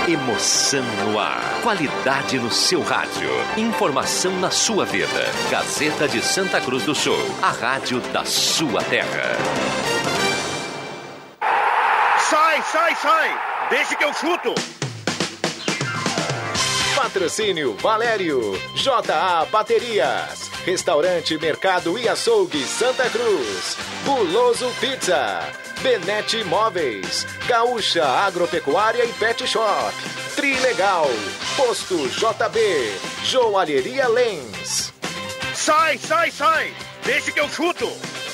Emoção no ar. Qualidade no seu rádio. Informação na sua vida. Gazeta de Santa Cruz do Sul. A rádio da sua terra. Sai! Deixa que eu chuto! Patrocínio Valério, JA Baterias, Restaurante Mercado e Açougue Santa Cruz, Guloso Pizza, Benete Imóveis, Gaúcha Agropecuária e Pet Shop, Trilegal, Posto JB, Joalheria Lens. Sai! Deixa que eu chuto!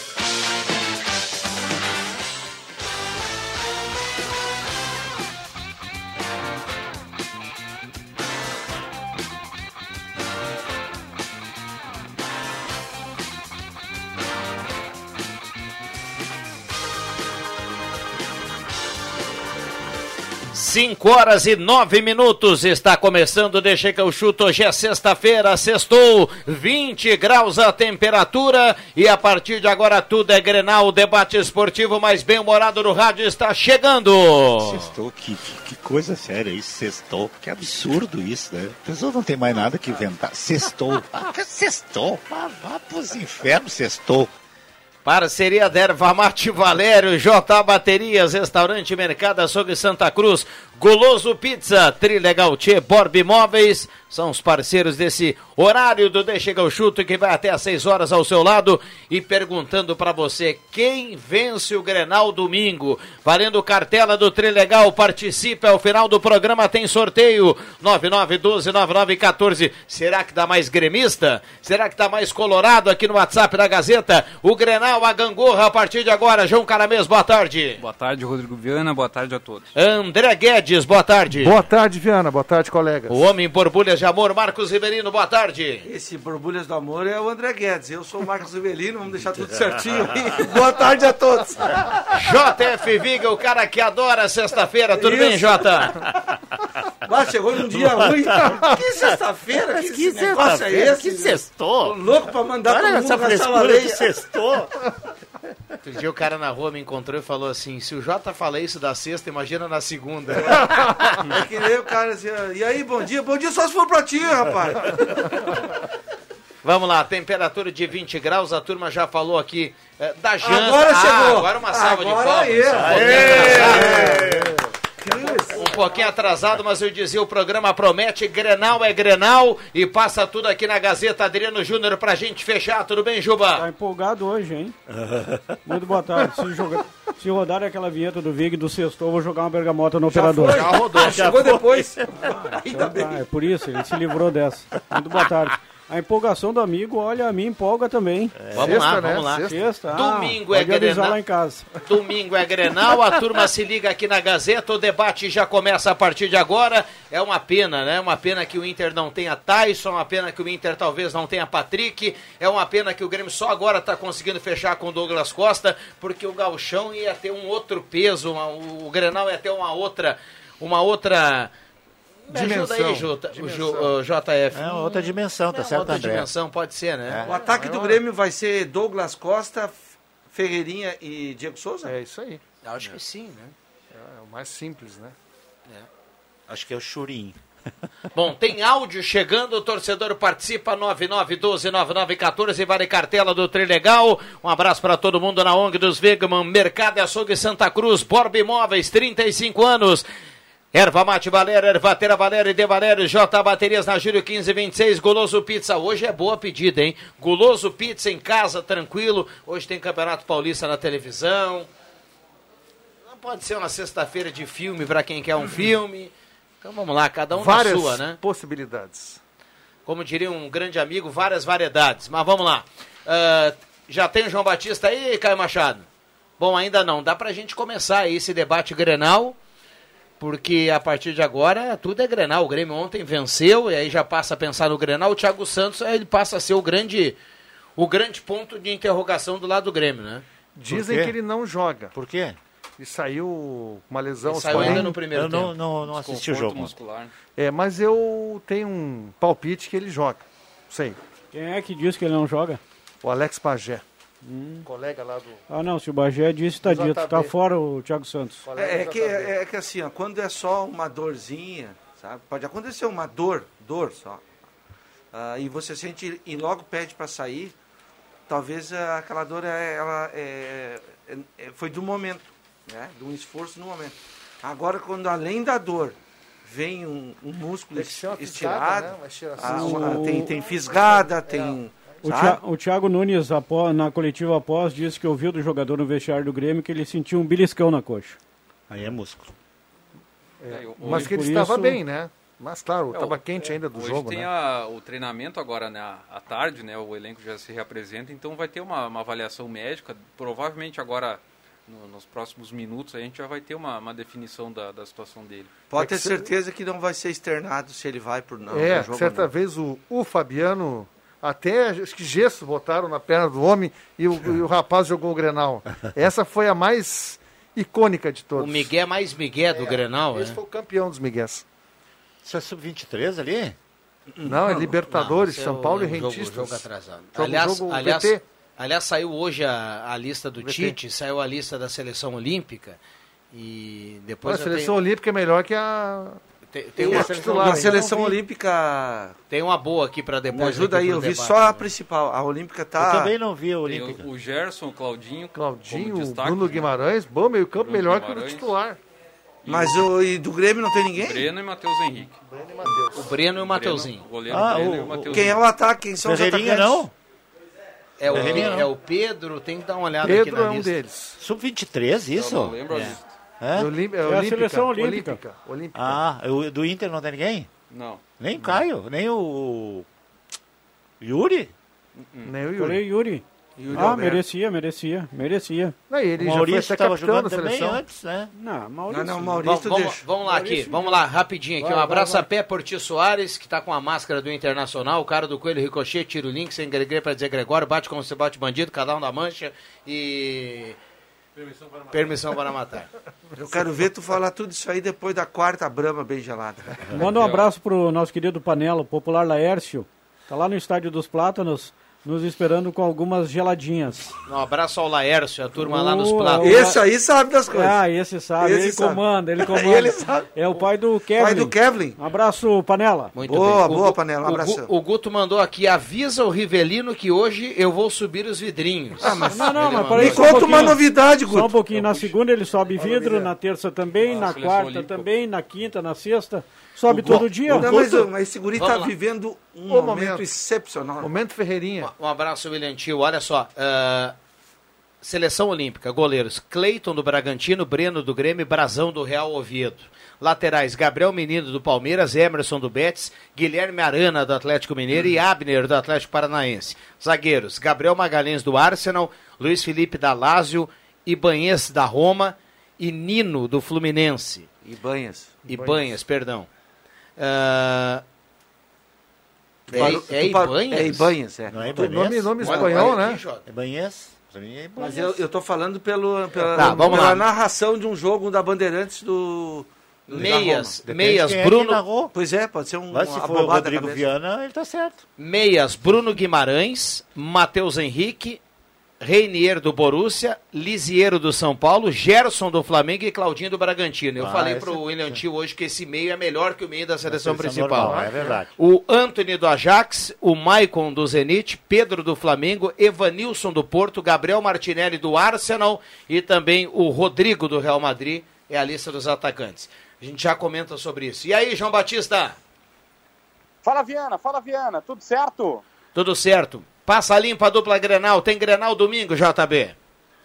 Cinco horas e 9 minutos, está começando, deixa que eu chuto, hoje é sexta-feira, sextou, 20 graus a temperatura e a partir de agora tudo é Grenal, o debate esportivo mais bem-humorado no rádio está chegando. Sextou, que coisa séria isso, sextou, que absurdo isso, né? A pessoa não tem mais nada que inventar, sextou, sextou, vá pros infernos, sextou. Parceria da Erva Mate Valério, J Baterias, Restaurante Mercado Açougue Santa Cruz, Guloso Pizza, Trilegal Tchê, Borb Imóveis, são os parceiros desse horário do Deixa que eu chuto, que vai até às 6 horas ao seu lado, e perguntando para você, quem vence o Grenal domingo? Valendo cartela do Trilegal, participe, ao final do programa tem sorteio, 99129914, será que dá mais gremista? Será que dá mais colorado aqui no WhatsApp da Gazeta? O Grenal, a gangorra, a partir de agora, João Caramês, boa tarde. Boa tarde, Rodrigo Viana, boa tarde a todos. André Guedes, boa tarde. Boa tarde, Viana, boa tarde, colegas. O homem borbulhas de amor, Marcos Rivelino, boa tarde. Esse borbulhas do amor é o André Guedes, eu sou o Marcos Rivelino, vamos deixar tudo certinho aí. Boa tarde a todos. JF Viga, o cara que adora sexta-feira, tudo bem, Jota? Mas chegou num dia ruim. Que sexta-feira? Que negócio é esse? Que sextou? Tô louco pra mandar todo mundo rachar a areia. Sextou? Outro dia o cara na rua me encontrou e falou assim, se o Jota fala isso da sexta, imagina na segunda. É que nem o cara assim, e aí, bom dia só se for pra ti, rapaz. Vamos lá, temperatura de 20 graus, a turma já falou aqui da janta. Agora chegou. Agora uma salva de palmas. Um pouquinho atrasado, mas eu dizia, o programa promete, Grenal é Grenal, e passa tudo aqui na Gazeta. Adriano Júnior pra gente fechar, tudo bem, Juba? Tá empolgado hoje, hein? Muito boa tarde. Se rodar aquela vinheta do Vig do Sextou, eu vou jogar uma bergamota no operador. Já rodou. Chegou depois. Ainda bem. É por isso, ele se livrou dessa. Muito boa tarde. A empolgação do amigo, olha, a mim empolga também. Vamos lá. Sexta. Domingo é Grenal. Lá em casa. Domingo é Grenal, a turma se liga aqui na Gazeta, o debate já começa a partir de agora. É uma pena, né? Uma pena que o Inter não tenha Tyson, uma pena que o Inter talvez não tenha Patrick, é uma pena que o Grêmio só agora está conseguindo fechar com o Douglas Costa, porque o Gauchão ia ter um outro peso, o Grenal ia ter uma outra dimensão. Ajuda aí, JF. É outra dimensão, tá certo, outra André? Dimensão, pode ser, né? O ataque do Grêmio vai ser Douglas Costa, Ferreirinha e Diego Souza? É isso aí. Acho que sim, né? É o mais simples, né? Acho que é o Churinho. Bom, tem áudio chegando, o torcedor participa, 99129914, vale cartela do Trilegal. Um abraço para todo mundo na ONG dos Wegman, Mercado e Açougue Santa Cruz, Borb Imóveis, 35 anos. Erva Mate Valério, Ervatera Valério e De Valério, J Baterias na Júlio 1526, Guloso Pizza. Hoje é boa pedida, hein? Guloso Pizza em casa, tranquilo. Hoje tem Campeonato Paulista na televisão. Não pode ser uma sexta-feira de filme para quem quer um filme. Então vamos lá, cada um várias na sua, né? Possibilidades. Como diria um grande amigo, várias variedades. Mas vamos lá. Já tem o João Batista aí, Caio Machado? Bom, ainda não. Dá pra gente começar aí esse debate Grenal, porque a partir de agora tudo é Grenal. O Grêmio ontem venceu e aí já passa a pensar no Grenal. O Thiago Santos ele passa a ser o grande ponto de interrogação do lado do Grêmio, né? Dizem que ele não joga. Por quê? Ele saiu com uma lesão. Ele saiu ainda no primeiro tempo. Eu não assisti o jogo. Muscular. Mas eu tenho um palpite que ele joga. Sei. Quem é que diz que ele não joga? O Alex Pagé. Colega lá do... Ah, não, se o Bagé disse, está dito. Está fora o Thiago Santos. É que assim, ó, quando é só uma dorzinha, sabe? Pode acontecer uma dor só. E você sente e logo pede para sair, talvez aquela dor foi do momento, né? De um esforço no momento. Agora, quando além da dor vem um músculo estirado, né? Tem fisgada, tem... O Thiago Nunes, na coletiva após, disse que ouviu do jogador no vestiário do Grêmio que ele sentiu um beliscão na coxa. Aí é músculo. Mas que ele estava bem, né? Mas claro, estava quente ainda do jogo, tem né? o treinamento agora, né, à tarde, né? O elenco já se reapresenta, então vai ter uma avaliação médica. Provavelmente agora, nos próximos minutos, a gente já vai ter uma definição da situação dele. Pode ter certeza que não vai ser externado se ele vai por não. Certa vez o Fabiano... Até, acho que gesso botaram na perna do homem e o rapaz jogou o Grenal. Essa foi a mais icônica de todas. O Miguel mais Miguel do Grenal, esse foi o campeão dos Miguéis. Isso é sub-23 ali? Não, é Libertadores, São Paulo e Rentistas. Jogo atrasado. Aliás, saiu hoje a lista do Tite, saiu a lista da seleção olímpica e depois... A seleção olímpica é melhor que a... Tem uma a seleção olímpica. Tem uma boa aqui para depois. Me ajuda aí, eu vi só a principal. A olímpica tá. Eu também não vi a olímpica. O Gerson, o Claudinho, Bruno Guimarães, bom meio campo, melhor que o titular. Mas e do Grêmio não tem ninguém? Breno e Matheus Henrique. O Breno e o Mateuzinho. O goleiro Breno e o Mateuzinho. Quem é o ataque? Quem são os atacantes? Não? É o Pedro, tem que dar uma olhada aqui na lista. Pedro é um deles. Sub-23, isso? Eu não lembro. É a seleção olímpica. Ah, do Inter não tem ninguém? Não. Nem o Caio, nem o Yuri? Nem o Yuri. Merecia. Não, ele Maurício já foi estava capitão jogando da também seleção. antes, né? Não, Maurício vamos lá aqui, vamos lá, rapidinho aqui. Um abraço a Pé Porti Soares, que está com a máscara do Internacional, o cara do Coelho Ricochet, tira o link, sem Gregre para dizer Gregório, bate como se bate bandido, cada um da mancha e... Permissão para matar. Eu quero ver tu falar tudo isso aí depois da quarta brama bem gelada. Manda um abraço pro nosso querido Panela, o popular Laércio. Tá lá no Estádio dos Plátanos, nos esperando com algumas geladinhas. Um abraço ao Laércio, a turma lá nos Plátanos. Esse aí sabe das coisas. Esse sabe, ele comanda. Ele sabe. É o pai do Kevin. Um abraço, Panela. Muito boa, bem. Boa, Panela, um abraço. O Guto mandou aqui, avisa o Rivelino que hoje eu vou subir os vidrinhos. Mas me conta uma novidade, Guto. Só um pouquinho, na segunda ele sobe vidro, na terça também, na quarta também, na quinta, na sexta. Sobe todo dia. Não, mas esse guri está vivendo um momento excepcional. Momento Ferreirinha. Um abraço, William Tio. Olha só, Seleção Olímpica, goleiros Cleiton do Bragantino, Breno do Grêmio, Brazão do Real Oviedo. Laterais, Gabriel Menino do Palmeiras, Emerson do Betis, Guilherme Arana do Atlético Mineiro e Abner do Atlético Paranaense. Zagueiros, Gabriel Magalhães do Arsenal, Luiz Felipe da Lazio, Ibanez da Roma e Nino do Fluminense. Ibanez, perdão. Ibanez, Não é Ibanez? Nome espanhol, né? É Ibanez? Mas eu tô falando pela narração de um jogo da Bandeirantes do Meias, Bruno. Pois é, pode ser Mas se for o Rodrigo Viana, ele tá certo. Meias, Bruno Guimarães, Matheus Henrique, Reinier do Borussia, Lisiero do São Paulo, Gerson do Flamengo e Claudinho do Bragantino. Eu falei pro William Tio hoje que esse meio é melhor que o meio da seleção principal. Normal, é verdade. O Antony do Ajax, o Maicon do Zenit, Pedro do Flamengo, Evanilson do Porto, Gabriel Martinelli do Arsenal e também o Rodrigo do Real Madrid. É a lista dos atacantes. A gente já comenta sobre isso. E aí, João Batista? Fala, Viana. Tudo certo? Tudo certo. Passa limpa a dupla Grenal. Tem Grenal domingo, JB?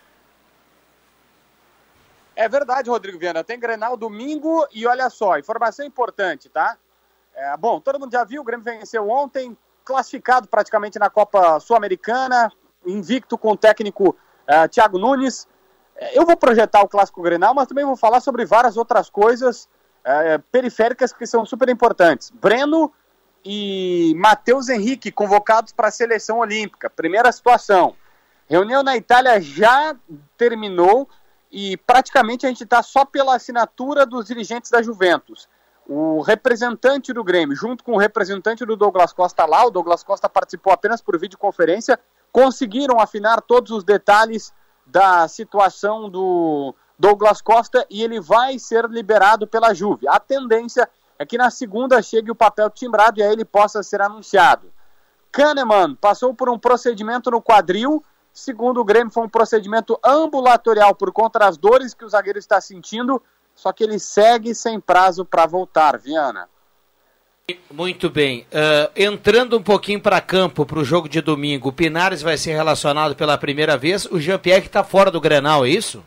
É verdade, Rodrigo Viana. Tem Grenal domingo e olha só, informação importante, tá? Bom, todo mundo já viu, o Grêmio venceu ontem, classificado praticamente na Copa Sul-Americana, invicto com o técnico Thiago Nunes. Eu vou projetar o Clássico Grenal, mas também vou falar sobre várias outras coisas periféricas que são super importantes. Breno e Matheus Henrique convocados para a seleção olímpica. Primeira situação, reunião na Itália já terminou e praticamente a gente está só pela assinatura dos dirigentes da Juventus. O representante do Grêmio, junto com o representante do Douglas Costa lá, o Douglas Costa participou apenas por videoconferência, conseguiram afinar todos os detalhes da situação do Douglas Costa e ele vai ser liberado pela Juve. A tendência é que na segunda chegue o papel timbrado e aí ele possa ser anunciado. Kahneman passou por um procedimento no quadril. Segundo o Grêmio, foi um procedimento ambulatorial por conta das dores que o zagueiro está sentindo, só que ele segue sem prazo para voltar, Viana. Muito bem. Entrando um pouquinho para campo, para o jogo de domingo, o Pinares vai ser relacionado pela primeira vez. O Jean-Pierre está fora do Grenal, é isso?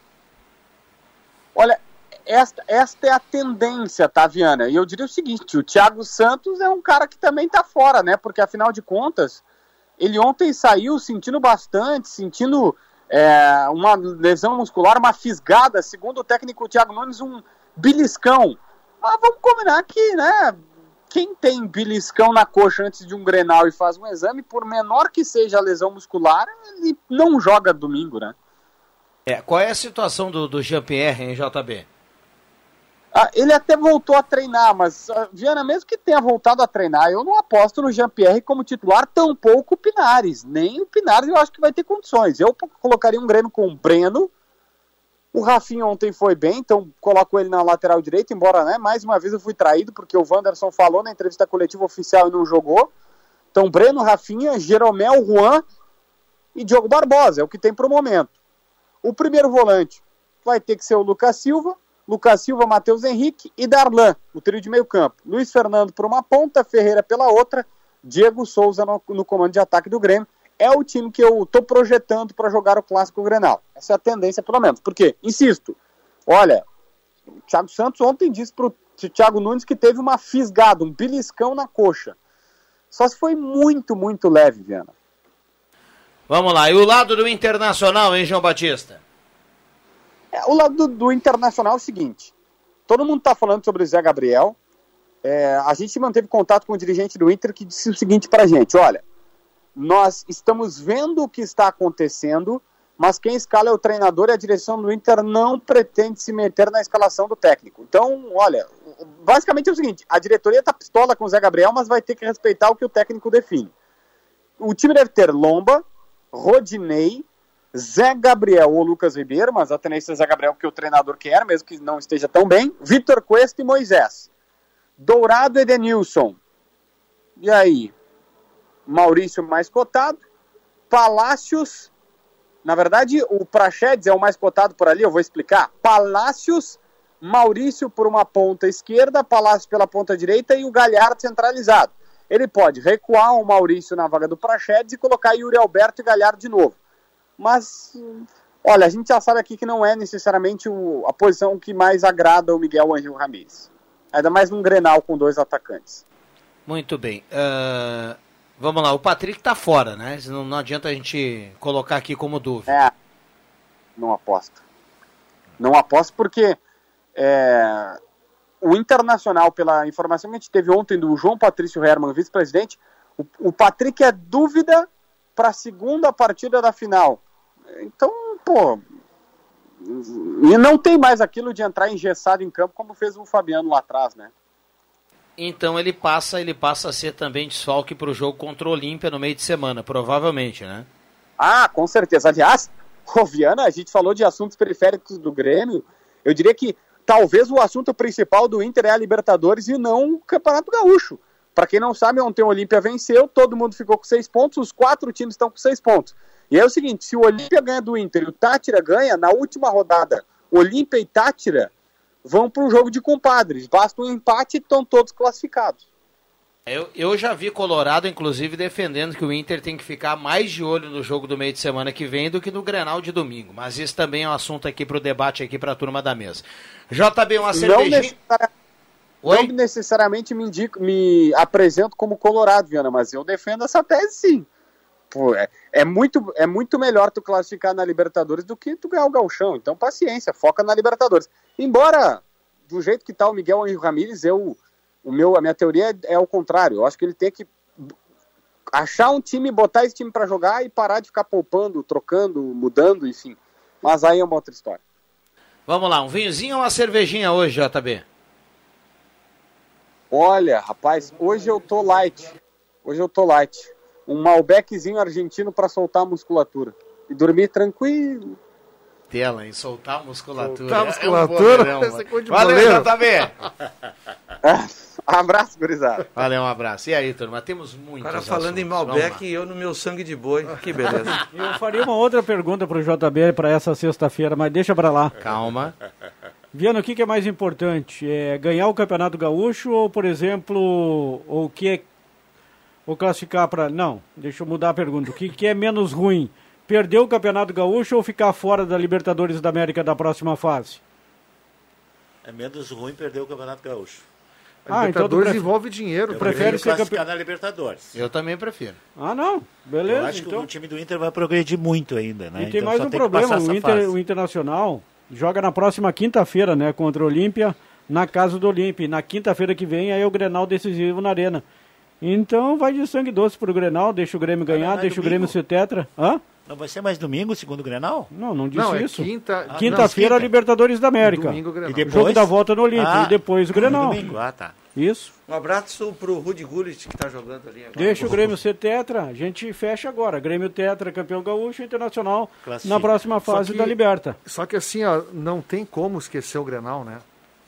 Olha, esta é a tendência, tá, Viana? E eu diria o seguinte, o Thiago Santos é um cara que também está fora, né? Porque, afinal de contas, ele ontem saiu sentindo bastante, sentindo uma lesão muscular, uma fisgada, segundo o técnico Thiago Nunes, um beliscão. Mas vamos combinar que, né, quem tem beliscão na coxa antes de um Grenal e faz um exame, por menor que seja a lesão muscular, ele não joga domingo, né? Qual é a situação do Jean-Pierre em JB? Ele até voltou a treinar, mas, Viana, mesmo que tenha voltado a treinar, eu não aposto no Jean-Pierre como titular, tampouco o Pinares. Nem o Pinares eu acho que vai ter condições. Eu colocaria um Grêmio com o Breno. O Rafinha ontem foi bem, então coloco ele na lateral direita, embora, né, mais uma vez eu fui traído, porque o Wanderson falou na entrevista coletiva oficial e não jogou. Então, Breno, Rafinha, Jeromel, Juan e Diogo Barbosa, é o que tem pro momento. O primeiro volante vai ter que ser o Lucas Silva, Matheus Henrique e Darlan, o trio de meio campo. Luiz Fernando por uma ponta, Ferreira pela outra, Diego Souza no comando de ataque do Grêmio. É o time que eu estou projetando para jogar o Clássico Grenal. Essa é a tendência, pelo menos. Porque, insisto, olha, o Thiago Santos ontem disse para o Thiago Nunes que teve uma fisgada, um beliscão na coxa. Só se foi muito, muito leve, Viana. Vamos lá, e o lado do Internacional, hein, João Batista? O lado do Internacional é o seguinte, todo mundo está falando sobre o Zé Gabriel, a gente manteve contato com o dirigente do Inter que disse o seguinte pra gente, olha, nós estamos vendo o que está acontecendo, mas quem escala é o treinador e a direção do Inter não pretende se meter na escalação do técnico. Então, olha, basicamente é o seguinte, a diretoria está pistola com o Zé Gabriel, mas vai ter que respeitar o que o técnico define. O time deve ter Lomba, Rodinei, Zé Gabriel ou Lucas Ribeiro, mas a tendência é Zé Gabriel que o treinador quer, mesmo que não esteja tão bem, Vitor Cuesta e Moisés. Dourado, Edenilson. E aí? Maurício mais cotado. Palácios. Na verdade, o Praxedes é o mais cotado por ali, eu vou explicar. Palácios, Maurício por uma ponta esquerda, Palácios pela ponta direita e o Galhardo centralizado. Ele pode recuar o Maurício na vaga do Praxedes e colocar Yuri Alberto e Galhardo de novo. Mas, olha, a gente já sabe aqui que não é necessariamente a posição que mais agrada o Miguel Ángel Ramírez. Ainda mais num Grenal com dois atacantes. Muito bem. Vamos lá, o Patrick tá fora, né? Não adianta a gente colocar aqui como dúvida. Não aposto. Não aposto porque o Internacional, pela informação que a gente teve ontem do João Patrício Hermann, vice-presidente, o Patrick é dúvida para a segunda partida da final. Então, e não tem mais aquilo de entrar engessado em campo como fez o Fabiano lá atrás, né? Então ele passa a ser também desfalque para o jogo contra o Olímpia no meio de semana, provavelmente, né? Com certeza. Aliás, Viana, a gente falou de assuntos periféricos do Grêmio, eu diria que talvez o assunto principal do Inter é a Libertadores e não o Campeonato Gaúcho. Para quem não sabe, ontem o Olímpia venceu, todo mundo ficou com 6 pontos, os 4 times estão com 6 pontos. E é o seguinte, se o Olímpia ganha do Inter e o Tátira ganha, na última rodada, Olímpia e Tátira vão para um jogo de compadres. Basta um empate e estão todos classificados. Eu já vi Colorado, inclusive, defendendo que o Inter tem que ficar mais de olho no jogo do meio de semana que vem do que no Grenal de domingo. Mas isso também é um assunto aqui para o debate, aqui para a turma da mesa. JB, uma cervejinha... Não necessariamente me apresento como Colorado, Viana, mas eu defendo essa tese sim. É muito melhor tu classificar na Libertadores do que tu ganhar o Gauchão. Então, paciência, foca na Libertadores. Embora, do jeito que tá o Miguel Ángel Ramírez, a minha teoria é ao contrário. Eu acho que ele tem que achar um time, botar esse time para jogar e parar de ficar poupando, trocando, mudando, enfim. Mas aí é uma outra história. Vamos lá, um vinhozinho ou uma cervejinha hoje, JB? Olha, rapaz, hoje eu tô light. um Malbeczinho argentino para soltar a musculatura. E dormir tranquilo. Tela, em soltar a musculatura. Soltar a musculatura? Valeu, JB. Abraço, gurizada. Valeu, um abraço. E aí, turma, temos muitos O cara falando em Malbec e eu no meu sangue de boi. Que beleza. Eu faria uma outra pergunta pro JB para essa sexta-feira, mas deixa para lá. Calma. Viana, o que é mais importante? É ganhar o Campeonato Gaúcho ou, por exemplo, ou classificar para... Não, deixa eu mudar a pergunta. O que é menos ruim? Perder o Campeonato Gaúcho ou ficar fora da Libertadores da América da próxima fase? É menos ruim perder o Campeonato Gaúcho. A Libertadores envolve dinheiro. Eu prefiro classificar na Libertadores. Eu também prefiro. Ah, não. Beleza. Eu acho que o time do Inter vai progredir muito ainda, né? E tem mais um problema. O Internacional joga na próxima quinta-feira, né? Contra o Olímpia, na casa do Olímpia. E na quinta-feira que vem, aí é o Grenal decisivo na Arena. Então vai de sangue doce pro Grenal, deixa o Grêmio ganhar, deixa o Grêmio ser tetra. Hã? Não vai ser mais domingo, segundo o Grenal? Não disse isso. Quinta-feira, quinta. Libertadores da América. Domingo, Grenal. E depois? O jogo da volta no Olímpia. E depois o Grenal. Domingo, tá. Isso. Um abraço pro Rudy Gullit, que tá jogando ali agora. Deixa o Grêmio ser tetra, a gente fecha agora. Grêmio tetra, campeão gaúcho, Internacional na próxima fase da Liberta. Só que assim, ó, não tem como esquecer o Grenal, né?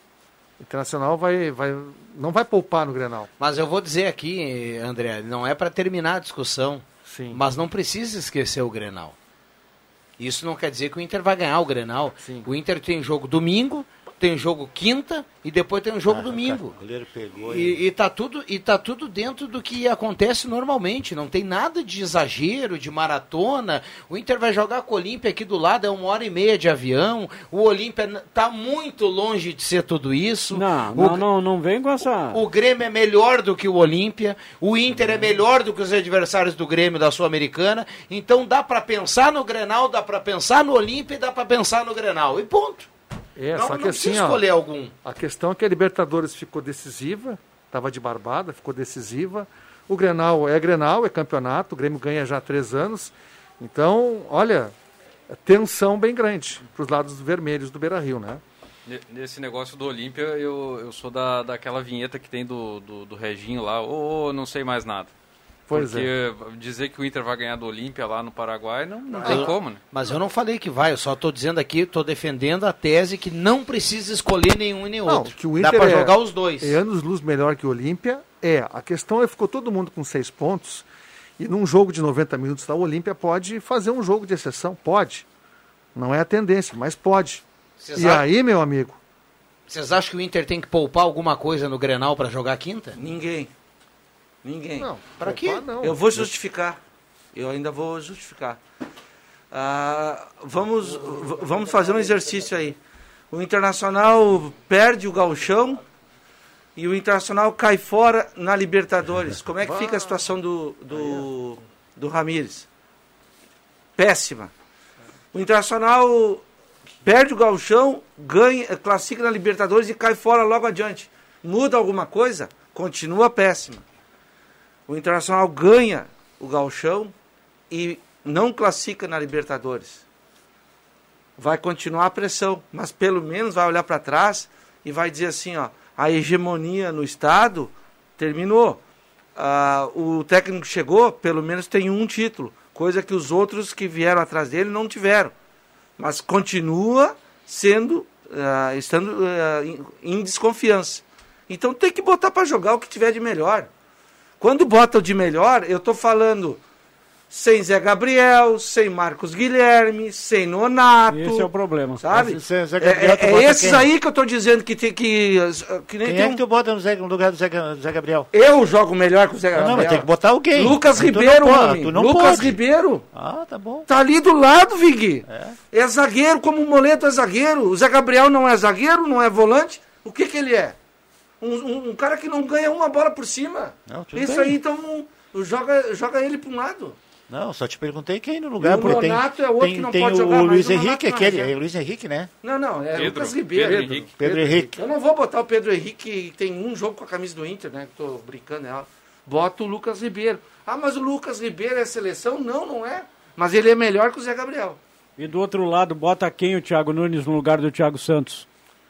O Internacional não vai poupar no Grenal. Mas eu vou dizer aqui, André, não é para terminar a discussão, Sim. Mas não precisa esquecer o Grenal. Isso não quer dizer que o Inter vai ganhar o Grenal. Sim. O Inter tem jogo domingo, tem jogo quinta e depois tem um jogo domingo. O goleiro pegou E tá tudo dentro do que acontece normalmente. Não tem nada de exagero, de maratona. O Inter vai jogar com o Olímpia aqui do lado, é 1h30 de avião. O Olímpia tá muito longe de ser tudo isso. Não vem com essa... O Grêmio é melhor do que o Olímpia. O Inter é melhor do que os adversários do Grêmio da Sul-Americana. Então dá para pensar no Grenal, dá para pensar no Olímpia e dá para pensar no Grenal. E ponto. Só que assim, escolher algum. A questão é que a Libertadores ficou decisiva, estava de barbada, ficou decisiva. O Grenal é campeonato, o Grêmio ganha já há 3 anos. Então, olha, tensão bem grande para os lados vermelhos do Beira-Rio, né? Nesse negócio do Olímpia, eu sou daquela vinheta que tem do Reginho lá, não sei mais nada. Porque dizer que o Inter vai ganhar do Olímpia lá no Paraguai não tem como, né? Mas eu não falei que vai, eu só estou dizendo aqui, estou defendendo a tese que não precisa escolher nenhum e nem outro. Que o Inter dá para jogar os dois. É anos-luz melhor que o Olímpia. A questão é que ficou todo mundo com 6 pontos e num jogo de 90 minutos o Olímpia pode fazer um jogo de exceção, pode. Não é a tendência, mas pode. Aí, meu amigo? Vocês acham que o Inter tem que poupar alguma coisa no Grenal para jogar quinta? Ninguém. Não, para quê? Não. Eu vou justificar. Eu ainda vou justificar. Vamos fazer um exercício aí. O Internacional perde o Gauchão e o Internacional cai fora na Libertadores. Como é que fica a situação do Ramírez? Péssima. O Internacional perde o Gauchão, classifica na Libertadores e cai fora logo adiante. Muda alguma coisa? Continua péssima. O Internacional ganha o Gauchão e não classifica na Libertadores. Vai continuar a pressão, mas pelo menos vai olhar para trás e vai dizer assim, a hegemonia no estado terminou. O técnico chegou, pelo menos tem um título, coisa que os outros que vieram atrás dele não tiveram. Mas continua estando em desconfiança. Então tem que botar para jogar o que tiver de melhor. Quando bota o de melhor, eu estou falando sem Zé Gabriel, sem Marcos Guilherme, sem Nonato. Esse é o problema. Sabe? Esses aí que eu estou dizendo que tem que... Quem é que tu bota no lugar do Zé Gabriel? Eu jogo melhor que o Zé Gabriel. Não, mas tem que botar alguém. Lucas Ribeiro, homem. Lucas Ribeiro. Tá bom. Tá ali do lado, Vig. É zagueiro, como o Moleto é zagueiro. O Zé Gabriel não é zagueiro, não é volante. O que ele é? Um cara que não ganha uma bola por cima. Isso aí, então, joga ele para um lado. Não, só te perguntei quem no lugar. O Nonato é outro que não pode jogar. Tem o Luiz Henrique, é o Luiz Henrique, né? Não, é Lucas Ribeiro. Pedro Henrique. Eu não vou botar o Pedro Henrique, que tem um jogo com a camisa do Inter, né? Que tô brincando nela. Bota o Lucas Ribeiro. Mas o Lucas Ribeiro é seleção? Não é. Mas ele é melhor que o Zé Gabriel. E do outro lado, bota quem o Thiago Nunes no lugar do Thiago Santos?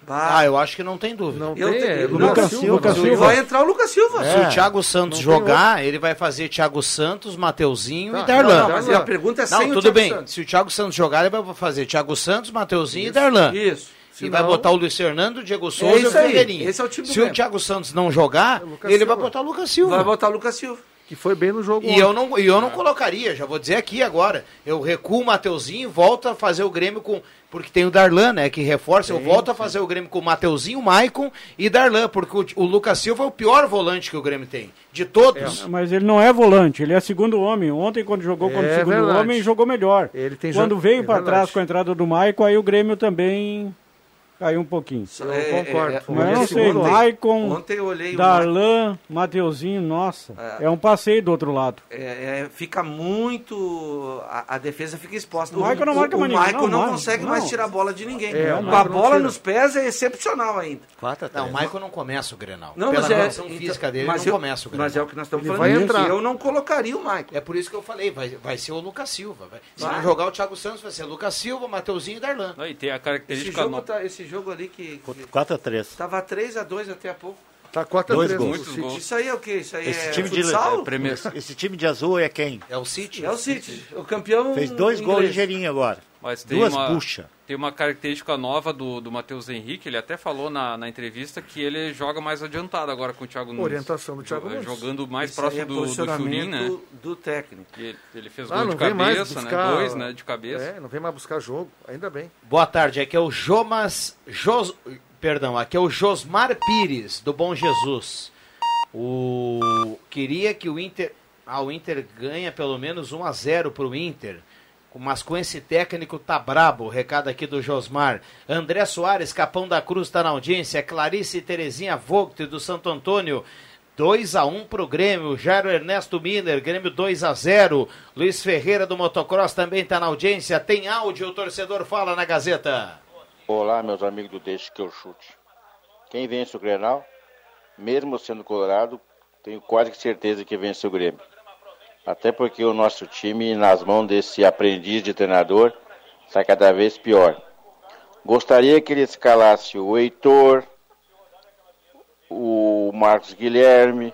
Eu acho que não tem dúvida. Lucas Silva. Vai entrar o Lucas Silva. Se o Thiago Santos jogar, ele vai fazer Thiago Santos, Mateuzinho e Darlan. Não, mas a pergunta é sem tudo bem. Santos. Se o Thiago Santos jogar, ele vai fazer Thiago Santos, Mateuzinho e Darlan. Isso. E vai botar o Luiz Fernando, o Diego Souza e o Ferreirinha. Esse é o time do Se o Thiago Santos não jogar, ele vai botar o Lucas Silva. Vai botar o Lucas Silva. Que foi bem no jogo. E eu não colocaria, já vou dizer aqui agora. Eu recuo o Mateuzinho, volto a fazer o Grêmio com... Porque tem o Darlan, né, que reforça. Eu volto a fazer o Grêmio com o Mateuzinho, o Maicon e Darlan, porque o Lucas Silva é o pior volante que o Grêmio tem. De todos. Mas ele não é volante, ele é segundo homem. Ontem, quando jogou como segundo homem, jogou melhor. Quando veio para trás com a entrada do Maicon, aí o Grêmio também... caiu um pouquinho. Eu concordo. Mas eu não sei, Maicon, Darlan, Mateuzinho, nossa, é um passeio do outro lado. Fica muito... A defesa fica exposta. O Maicon não marca mais ninguém. O Maicon não consegue mais tirar a bola de ninguém. Com a bola nos pés é excepcional ainda. Não, o Maicon não começa o Grenal. Não, pela relação física dele, não começa o Grenal. Mas é o que nós estamos falando. Eu não colocaria o Maicon. É por isso que eu falei, vai ser o Lucas Silva. Se não jogar o Thiago Santos, vai ser o Lucas Silva, Mateuzinho e Darlan. E tem a característica... Esse jogo ali que 4-3. Tava 3-2 até há pouco. Tá 4-3. Muitos gols. Isso aí é o quê? Isso aí esse é time futsal? Esse time de azul é quem? É o City. É o City. O campeão fez 2 gols ligeirinho agora. Mas tem tem uma característica nova do Matheus Henrique. Ele até falou na entrevista que ele joga mais adiantado agora com o Thiago Nunes. Orientação do Thiago Nunes. Jogando mais próximo do Churin, né? Do técnico. Ele fez gol de cabeça, buscar, né? 2, né? De cabeça. Não vem mais buscar jogo, ainda bem. Boa tarde, aqui é o aqui é o Josmar Pires, do Bom Jesus. Queria que o Inter ganha pelo menos 1-0 pro Inter. Mas com esse técnico tá brabo, o recado aqui do Josmar. André Soares, Capão da Cruz, tá na audiência. Clarice Terezinha Vogt, do Santo Antônio. 2-1 pro Grêmio. Jairo Ernesto Miller, Grêmio 2-0. Luiz Ferreira, do Motocross, também tá na audiência. Tem áudio, o torcedor fala na Gazeta. Olá, meus amigos do Deixa que eu chute. Quem vence o Grenal, mesmo sendo colorado, tenho quase que certeza que vence o Grêmio. Até porque o nosso time, nas mãos desse aprendiz de treinador, está cada vez pior. Gostaria que ele escalasse o Heitor, o Marcos Guilherme,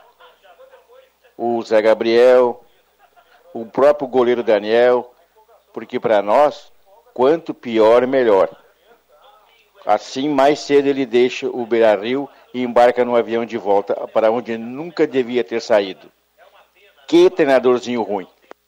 o Zé Gabriel, o próprio goleiro Daniel, porque para nós, quanto pior, melhor. Assim, mais cedo ele deixa o Beira-Rio e embarca no avião de volta para onde nunca devia ter saído. Que treinadorzinho ruim.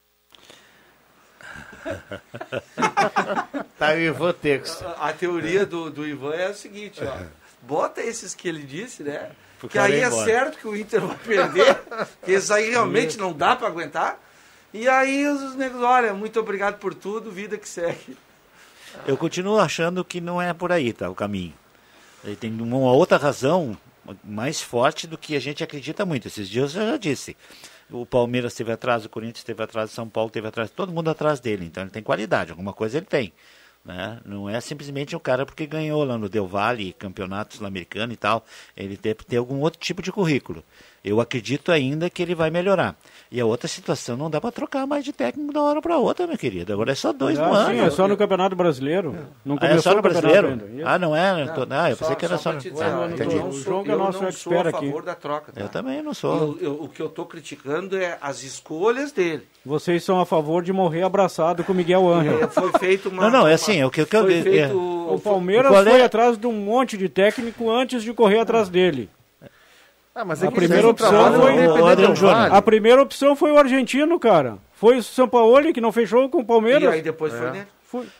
Tá, o Ivan Texto. A teoria do Ivan é a seguinte, ó. Bota esses que ele disse, né? Que aí é certo que o Inter vai perder, que isso aí realmente não dá para aguentar. E aí os negros, olha, muito obrigado por tudo, vida que segue. Eu continuo achando que não é por aí, tá, o caminho. Ele tem uma outra razão mais forte do que a gente acredita muito. Esses dias eu já disse. O Palmeiras esteve atrás, o Corinthians esteve atrás, o São Paulo esteve atrás, todo mundo atrás dele. Então ele tem qualidade, alguma coisa ele tem. Né? Não é simplesmente um cara porque ganhou lá no Del Valle, campeonato sul-americano e tal. Ele deve ter algum outro tipo de currículo. Eu acredito ainda que ele vai melhorar. E a outra situação, não dá para trocar mais de técnico de uma hora para outra, meu querido. Agora é só 2 no ano. Sim, é só no Campeonato Brasileiro. Não começou é só no Brasileiro? Ainda. Não é? Eu pensei que era só no... O João que é nosso expert aqui. Eu não sou a favor da troca. Tá? Eu também não sou. O que eu estou criticando é as escolhas dele. Vocês são a favor de morrer abraçado com o Miguel Ángel. Foi feito uma... Não, é assim, o que eu... O Palmeiras foi atrás de um monte de técnico antes de correr atrás dele. Mas a primeira opção a primeira opção foi o argentino, cara. Foi o Sampaoli que não fechou com o Palmeiras. E aí depois foi nele.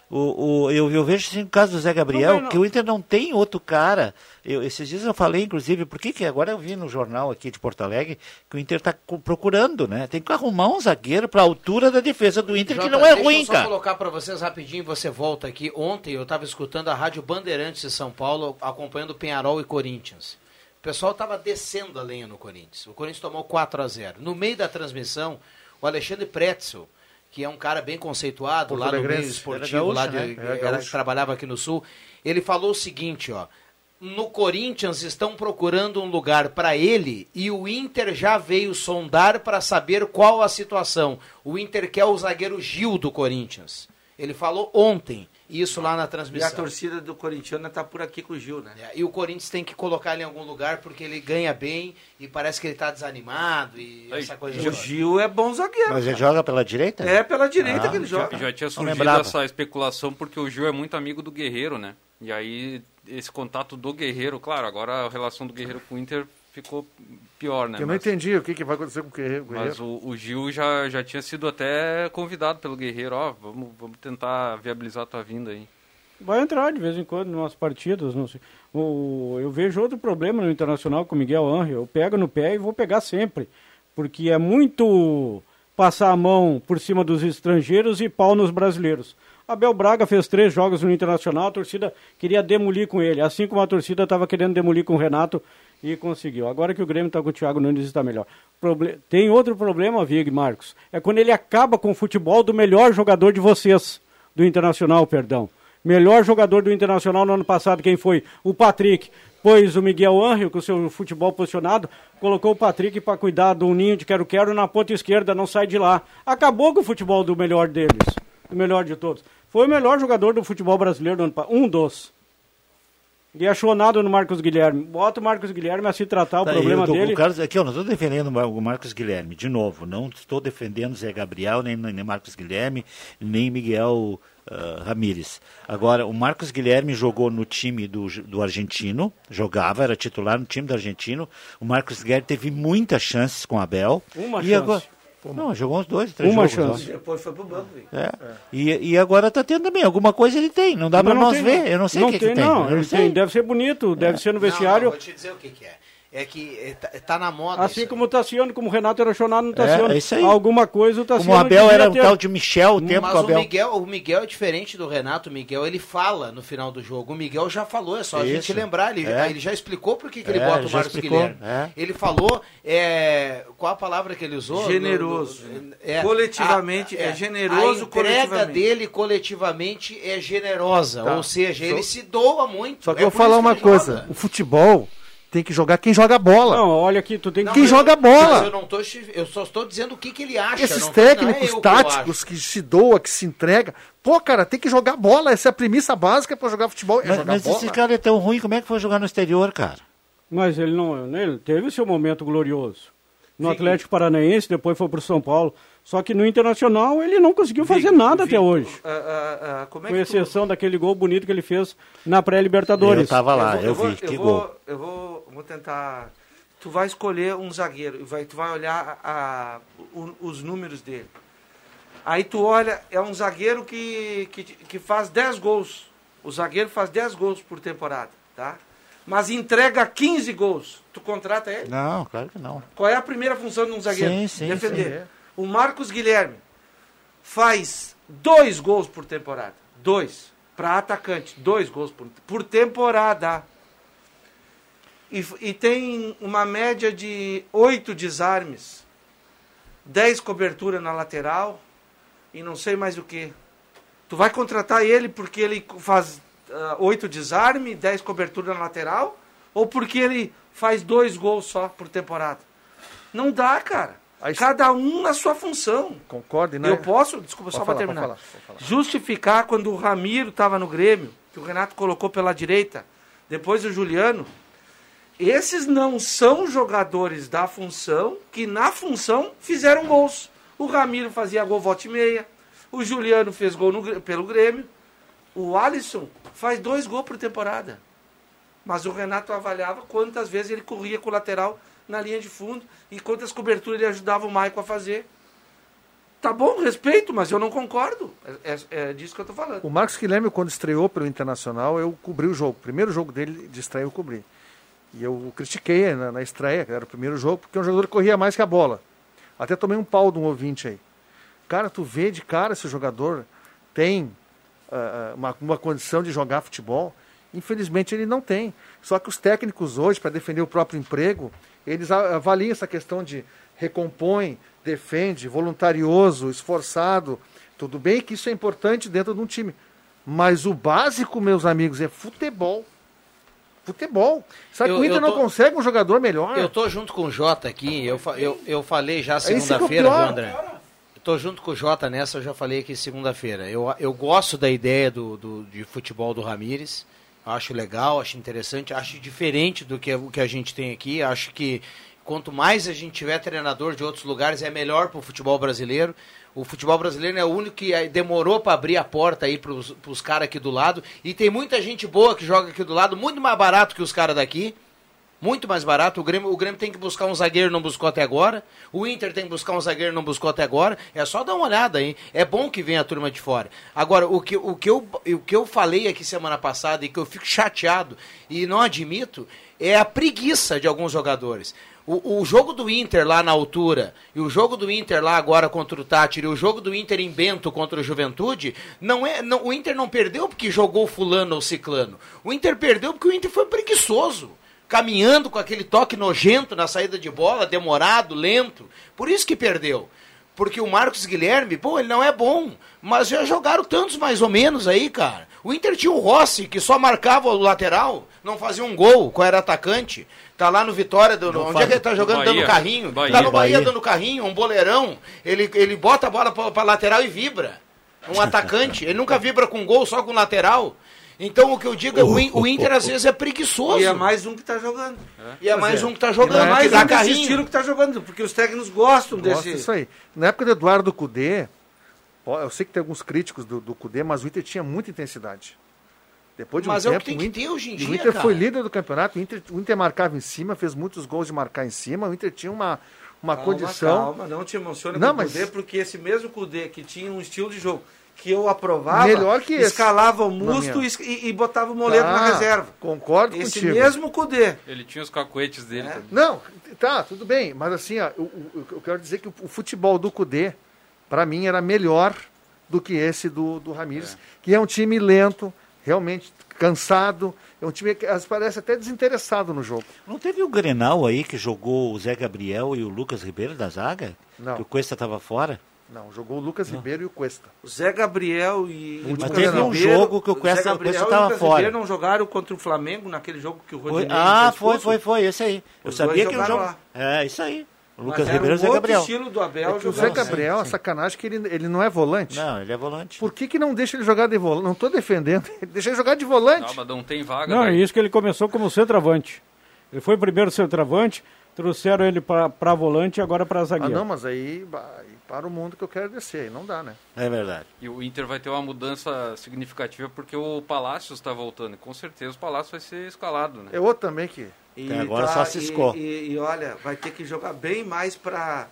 Eu vejo assim, no caso do Zé Gabriel, que o Inter não tem outro cara. Esses dias eu falei, inclusive, por que agora eu vi no jornal aqui de Porto Alegre que o Inter está procurando, né? Tem que arrumar um zagueiro para a altura da defesa do Inter, que não é ruim, cara. Deixa eu só colocar para vocês rapidinho, você volta aqui. Ontem eu estava escutando a Rádio Bandeirantes de São Paulo, acompanhando Penharol e Corinthians. O pessoal estava descendo a lenha no Corinthians. O Corinthians tomou 4-0. No meio da transmissão, o Alexandre Pretzel, que é um cara bem conceituado lá no meio esportivo, que trabalhava aqui no Sul, ele falou o seguinte, ó: no Corinthians estão procurando um lugar para ele e o Inter já veio sondar para saber qual a situação. O Inter quer o zagueiro Gil do Corinthians. Ele falou ontem. isso lá na E transmissão. a torcida do corintiano tá por aqui com o Gil, né? E o Corinthians tem que colocar ele em algum lugar porque ele ganha bem e parece que ele tá desanimado e essa coisa. O Gil é bom zagueiro. Mas ele joga pela direita? É pela direita que ele joga. Já tinha surgido essa especulação porque o Gil é muito amigo do Guerreiro, né? E aí esse contato do Guerreiro, claro, agora a relação do Guerreiro com o Inter ficou pior, né? Eu não entendi o que vai acontecer com o Guerreiro. Mas o Gil já tinha sido até convidado pelo Guerreiro, vamos tentar viabilizar a tua vinda aí. Vai entrar de vez em quando em umas partidas, não sei. Eu vejo outro problema no Internacional com o Miguel Ángel. Eu pego no pé e vou pegar sempre. Porque é muito passar a mão por cima dos estrangeiros e pau nos brasileiros. Abel Braga fez 3 jogos no Internacional, a torcida queria demolir com ele. Assim como a torcida estava querendo demolir com o Renato e conseguiu. Agora que o Grêmio está com o Thiago Nunes está melhor. Tem outro problema, Vig e Marcos. É quando ele acaba com o futebol do melhor jogador de vocês. Do Internacional, perdão. Melhor jogador do Internacional no ano passado, quem foi? O Patrick. Pois o Miguel Ángel, com o seu futebol posicionado, colocou o Patrick para cuidar do ninho de quero-quero na ponta esquerda, não sai de lá. Acabou com o futebol do melhor deles. O melhor de todos. Foi o melhor jogador do futebol brasileiro do ano passado. Um dos. E achou nada no Marcos Guilherme. Bota o Marcos Guilherme a se tratar o problema dele. Aqui eu não estou defendendo o Marcos Guilherme, de novo. Não estou defendendo Zé Gabriel, nem Marcos Guilherme, nem Miguel Ramírez. Agora, o Marcos Guilherme jogou no time do argentino, era titular no time do argentino. O Marcos Guilherme teve muitas chances com o Abel. Uma chance. Agora, não, jogou uns 2, 3 Uma jogos. chance. Depois foi pro banco. E agora tá tendo também. Alguma coisa ele tem. Não dá para nós ver. Eu não sei o que tem. Não, ele tem. Deve ser bonito, deve ser no vestiário. Não, vou te dizer o que é. É que tá na moda. Assim como o Tassiano, como o Renato era chonado no Tassiano. É isso aí. Alguma coisa o Tassiano. Como o Abel era um tal de Michel, o tempo mas com o Abel. O Miguel é diferente do Renato. O Miguel, ele fala no final do jogo. O Miguel já falou, é só a gente lembrar. Ele já explicou por que ele bota o Marcos Guilherme. Ele falou, qual a palavra que ele usou? Generoso. Coletivamente, é generoso. A entrega dele coletivamente é generosa. Ou seja, ele se doa muito. Só que eu vou falar uma coisa. O futebol tem que jogar quem joga bola. Não, olha aqui, tu tem que... Quem joga bola. Mas eu só estou dizendo o que ele acha. Esses técnicos táticos que se doa, que se entrega. Pô, cara, tem que jogar bola. Essa é a premissa básica para jogar futebol. Mas esse cara é tão ruim, como é que foi jogar no exterior, cara? Mas ele teve o seu momento glorioso. No Atlético Paranaense, depois foi para o São Paulo. Só que no Internacional ele não conseguiu fazer nada até hoje. Com exceção daquele gol bonito que ele fez na pré-Libertadores. Eu estava lá, eu vi. Que gol. Eu vou tentar... Tu vai escolher um zagueiro, tu vai olhar os números dele. Aí tu olha, é um zagueiro que faz 10 gols. O zagueiro faz 10 gols por temporada, tá? Mas entrega 15 gols. Tu contrata ele? Não, claro que não. Qual é a primeira função de um zagueiro? Sim, defender. Sim. O Marcos Guilherme faz 2 gols por temporada. 2. Para atacante, 2 gols por temporada. E tem uma média de 8 desarmes, 10 cobertura na lateral e não sei mais o que. Tu vai contratar ele porque ele faz 8 desarme, 10 cobertura na lateral, ou porque ele faz 2 gols só por temporada? Não dá, cara. Cada um na sua função. Concordo, né? Eu posso, desculpa, só para terminar. Pode falar. Justificar quando o Ramiro estava no Grêmio, que o Renato colocou pela direita, depois o Juliano. Esses não são jogadores da função, que na função fizeram gols. O Ramiro fazia gol volta e meia, o Juliano fez gol pelo Grêmio, o Alisson faz 2 gols por temporada. Mas o Renato avaliava quantas vezes ele corria com o lateral na linha de fundo e quantas coberturas ele ajudava o Maicon a fazer. Tá bom, respeito, mas eu não concordo. É disso que eu tô falando. O Marcos Guilherme, quando estreou pelo Internacional, eu cobri o jogo. O primeiro jogo dele de estreia eu cobri. E eu critiquei na estreia, que era o primeiro jogo, porque é um jogador que corria mais que a bola. Até tomei um pau de um ouvinte aí. Cara, tu vê de cara se o jogador tem uma condição de jogar futebol. Infelizmente ele não tem. Só que os técnicos hoje, para defender o próprio emprego, eles avaliam essa questão de recompõe, defende, voluntarioso, esforçado. Tudo bem que isso é importante dentro de um time. Mas o básico, meus amigos, é futebol. Futebol. Sabe que o Inter não consegue um jogador melhor? Eu tô junto com o Jota aqui. Eu falei já segunda-feira, viu, André? Tô junto com o Jota nessa, eu já falei aqui segunda-feira. Eu gosto da ideia de futebol do Ramires. Acho legal, acho interessante, acho diferente do que a gente tem aqui. Acho que quanto mais a gente tiver treinador de outros lugares, é melhor para o futebol brasileiro. O futebol brasileiro é o único que demorou para abrir a porta aí para os caras aqui do lado. E tem muita gente boa que joga aqui do lado, muito mais barato que os caras daqui. Muito mais barato. O Grêmio tem que buscar um zagueiro, não buscou até agora. O Inter tem que buscar um zagueiro, não buscou até agora. É só dar uma olhada aí. É bom que venha a turma de fora. Agora, o que eu falei aqui semana passada e que eu fico chateado e não admito é a preguiça de alguns jogadores. O jogo do Inter lá na altura e o jogo do Inter lá agora contra o Tátira e o jogo do Inter em Bento contra o Juventude, o Inter não perdeu porque jogou fulano ou ciclano. O Inter perdeu porque o Inter foi preguiçoso. Caminhando com aquele toque nojento na saída de bola, demorado, lento. Por isso que perdeu. Porque o Marcos Guilherme, ele não é bom. Mas já jogaram tantos mais ou menos aí, cara. O Inter tinha o Rossi, que só marcava o lateral, não fazia um gol, qual era atacante. Tá lá no Vitória, onde é que ele tá jogando? Dando carrinho. Tá no Bahia dando carrinho, um boleirão. Ele bota a bola pra lateral e vibra. Um atacante. Ele nunca vibra com gol, só com lateral. Então, o que eu digo é o Inter às vezes é preguiçoso. E é mais um que está jogando. Um que está jogando. É mais um desse estilo que está jogando, porque os técnicos gostam desse... Isso aí. Na época do Eduardo Cudê, eu sei que tem alguns críticos do Cudê, mas o Inter tinha muita intensidade. Depois de um tempo, é o que tem que ter hoje em dia, o Inter foi líder do campeonato, o Inter marcava em cima, fez muitos gols de marcar em cima, o Inter tinha uma condição... Calma, não te emociona com o Cudê, porque esse mesmo Cudê que tinha um estilo de jogo que eu aprovava, melhor que escalava o Musto e botava o Moledo na reserva. Concordo esse contigo. Esse mesmo Cudê. Ele tinha os cacuetes dele. Não, tudo bem, mas assim, eu quero dizer que o futebol do Cudê, para mim, era melhor do que esse do Ramires, que é um time lento, realmente cansado, é um time que parece até desinteressado no jogo. Não teve o Grenal aí que jogou o Zé Gabriel e o Lucas Ribeiro da zaga? Não. Que o Cuesta estava fora? Não, jogou o Lucas Ribeiro e o Cuesta. O Zé Gabriel e o Lucas Ribeiro. Mas teve um jogo que o Cuesta estava fora. O Ribeiro não jogaram contra o Flamengo naquele jogo que o Rodinei... Foi, esse aí. Eu sabia que o jogo... Lá. É, isso aí. O Lucas Ribeiro e o Zé Gabriel. O estilo do Abel o Zé Gabriel, a sacanagem que ele não é volante. Não, ele é volante. Por que não deixa ele jogar de volante? Não estou defendendo. Deixa ele jogar de volante. Não, mas não tem vaga. Não, é isso que ele começou como centroavante. Ele foi primeiro centroavante, trouxeram ele para volante e agora para zagueiro. Não, mas aí para o mundo que eu quero descer, aí não dá, né? É verdade. E o Inter vai ter uma mudança significativa porque o Palácios está voltando. E com certeza o Palácio vai ser escalado, né? É outro também que... agora só ciscou. E olha, vai ter que jogar bem mais para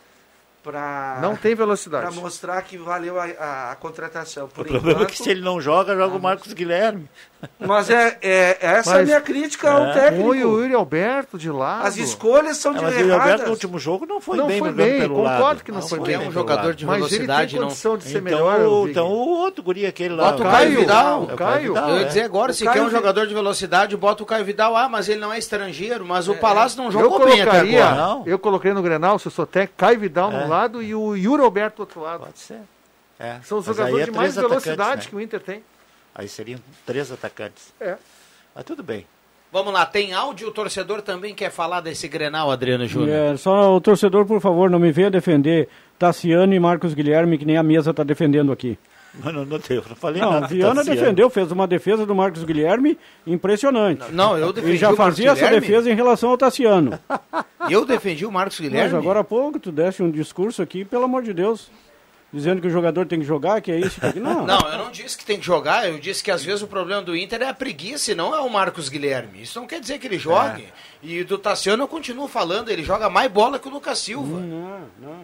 não tem velocidade. Para mostrar que valeu a contratação. O problema é que se ele não joga o Marcos Guilherme. Mas essa é a minha crítica ao técnico. E o Yuri Alberto de lado. As escolhas são de erradas. Mas o Yuri Alberto no último jogo não foi bem. Concordo lado. Que não foi bem. É um jogador de velocidade. Mas ele tem condição de ser melhor. Então o outro guri, aquele lá. Bota o Caio Vidal. O Caio. Eu ia dizer agora, se quer um jogador de velocidade, bota o Caio Vidal. Mas ele não é estrangeiro. Mas o Palácio não jogou bem até agora. Eu coloquei no Grenal, se eu sou técnico, Caio Vidal no lado e o Yuri Alberto do outro lado. Pode ser. São os jogadores de mais velocidade que o Inter tem. Aí seriam 3 atacantes. Mas tudo bem. Vamos lá, tem áudio, o torcedor também quer falar desse Grenal, Adriano Júnior. Só o torcedor, por favor, não me venha defender Tassiano e Marcos Guilherme, que nem a mesa está defendendo aqui. Não falei nada. Não, Viana defendeu, fez uma defesa do Marcos Guilherme impressionante. Não, eu defendi. E já fazia essa defesa em relação ao Tassiano. Eu defendi o Marcos Guilherme. Mas agora há pouco tu deste um discurso aqui, pelo amor de Deus, dizendo que o jogador tem que jogar, que é isso, que é aquilo. Não, eu não disse que tem que jogar, eu disse que às vezes o problema do Inter é a preguiça e não é o Marcos Guilherme. Isso não quer dizer que ele jogue. E do Tassiano eu continuo falando, ele joga mais bola que o Lucas Silva. Não.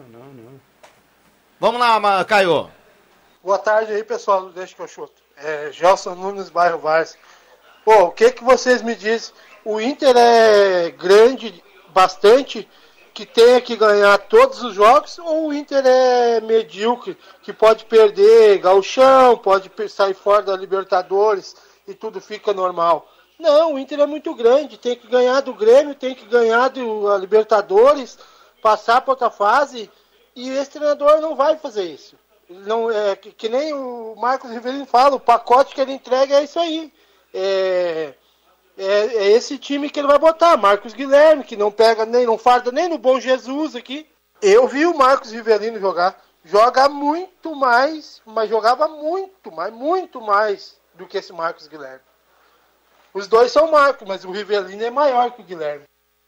Vamos lá, Caio. Boa tarde aí, pessoal, deixa que eu chuto. Gelson Nunes, bairro Várzea. Pô, o que vocês me dizem? O Inter é grande bastante, que tenha que ganhar todos os jogos, ou o Inter é medíocre, que pode perder gauchão, pode sair fora da Libertadores e tudo fica normal? Não, o Inter é muito grande, tem que ganhar do Grêmio, tem que ganhar da Libertadores, passar para outra fase, e esse treinador não vai fazer isso. Não, que nem o Marcos Rivelino fala, o pacote que ele entrega é isso aí. É esse time que ele vai botar, Marcos Guilherme, que não pega nem, não farda nem no Bom Jesus aqui. Eu vi o Marcos Rivelino jogar, joga muito mais, mas jogava muito mais do que esse Marcos Guilherme. Os dois são Marcos, mas o Rivellini é maior que o Guilherme.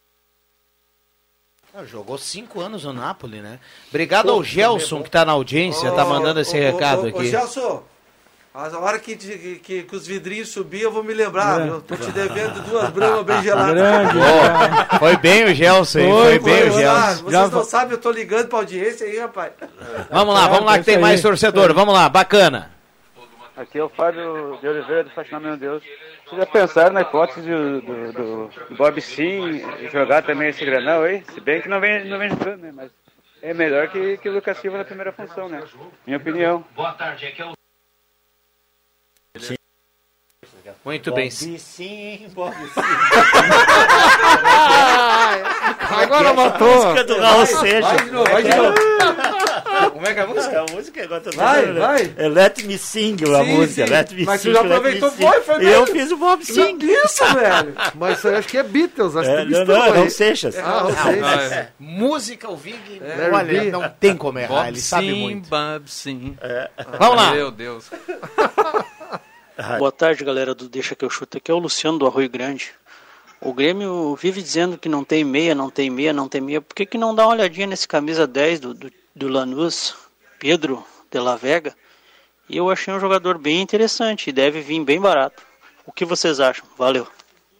Jogou 5 anos no Napoli, né? Obrigado ao Gelson, que está na audiência, tá mandando esse recado aqui. Ô, Gelson, a hora que os vidrinhos subir, eu vou me lembrar. Eu tô te devendo 2 bramas bem geladas. Foi bem o Gelson, foi bem o Gelson. Vocês não sabem, eu tô ligando pra audiência aí, rapaz. Vamos lá que tem mais torcedor. Vamos lá, bacana. Aqui é o Fábio de Oliveira do Faxinamento Deus. Vocês já pensaram na hipótese do Bob Sim jogar também esse Grenal aí? Se bem que não vem jogando, né? Mas é melhor que o Lucas Silva na primeira função, né? Minha opinião. Boa tarde, aqui é o... Muito bem. Bob sim. Agora matou. A música do Raul Seixas. Vai de novo. Como é que é a música? A música agora tá vai. É Let Me Sing, a música. Sim. Let Me Mas Sing. tu já aproveitou, foi E eu fiz o Bob Sim. Isso, velho. Mas isso aí acho que é Beatles. Acho que não, é Raul Seixas. Música, o Vig, olha, não tem como errar, Bob ele sabe muito. Bob Sim. Vamos lá. Meu Deus. Boa tarde, galera do Deixa Que Eu Chuto. Aqui é o Luciano do Arroio Grande. O Grêmio vive dizendo que não tem meia. Por que não dá uma olhadinha nesse camisa 10 do Lanús, Pedro de la Vega? E eu achei um jogador bem interessante e deve vir bem barato. O que vocês acham? Valeu.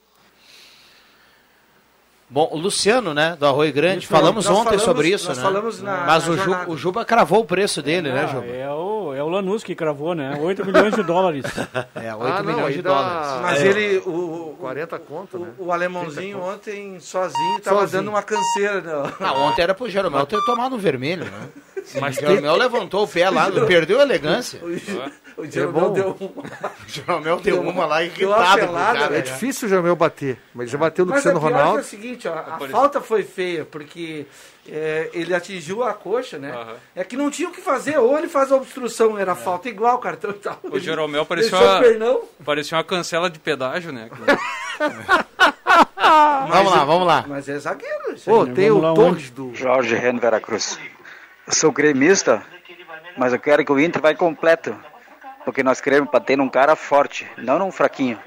Bom, o Luciano, né, do Arroio Grande, falamos ontem sobre isso, né? Mas o Juba cravou o preço dele, né, Juba? É o Lanús que cravou, né? 8 milhões de dólares. 8 milhões de dólares. Mas ele, 40 conto, né? O alemãozinho ontem, sozinho, tava dando uma canseira. Ontem era pro Jeromel ter tomado um vermelho, né? Mas o Jeromel levantou o pé lá, perdeu a elegância. O Jeromel deu uma. O Jeromel deu uma lá irritado. É difícil o Jeromel bater, mas já bateu no Cristiano Ronaldo. É o seguinte, ó, a falta foi feia, porque ele atingiu a coxa, né? É que não tinha o que fazer, ou ele faz a obstrução, era falta igual, cartão e tal. O Jeromel parecia uma cancela de pedágio, né? Vamos lá. Mas é zagueiro. Tem o Torres do... Jorge Reno Veracruz. Eu sou gremista, mas eu quero que o Inter vai completo. Porque nós queremos bater num cara forte, não num fraquinho.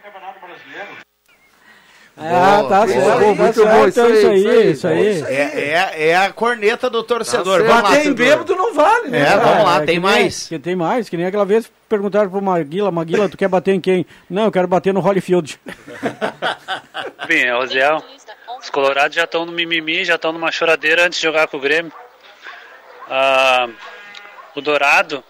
Tá certo. Muito bom, isso aí. É a corneta do torcedor. Bater em bêbado não vale, né? Vamos lá, tem mais. Tem mais, que nem aquela vez perguntaram pro Maguila, tu quer bater em quem? Não, eu quero bater no Holyfield. Bem, Rosiel, os colorados já estão no mimimi, já estão numa choradeira antes de jogar com o Grêmio. O Dourado,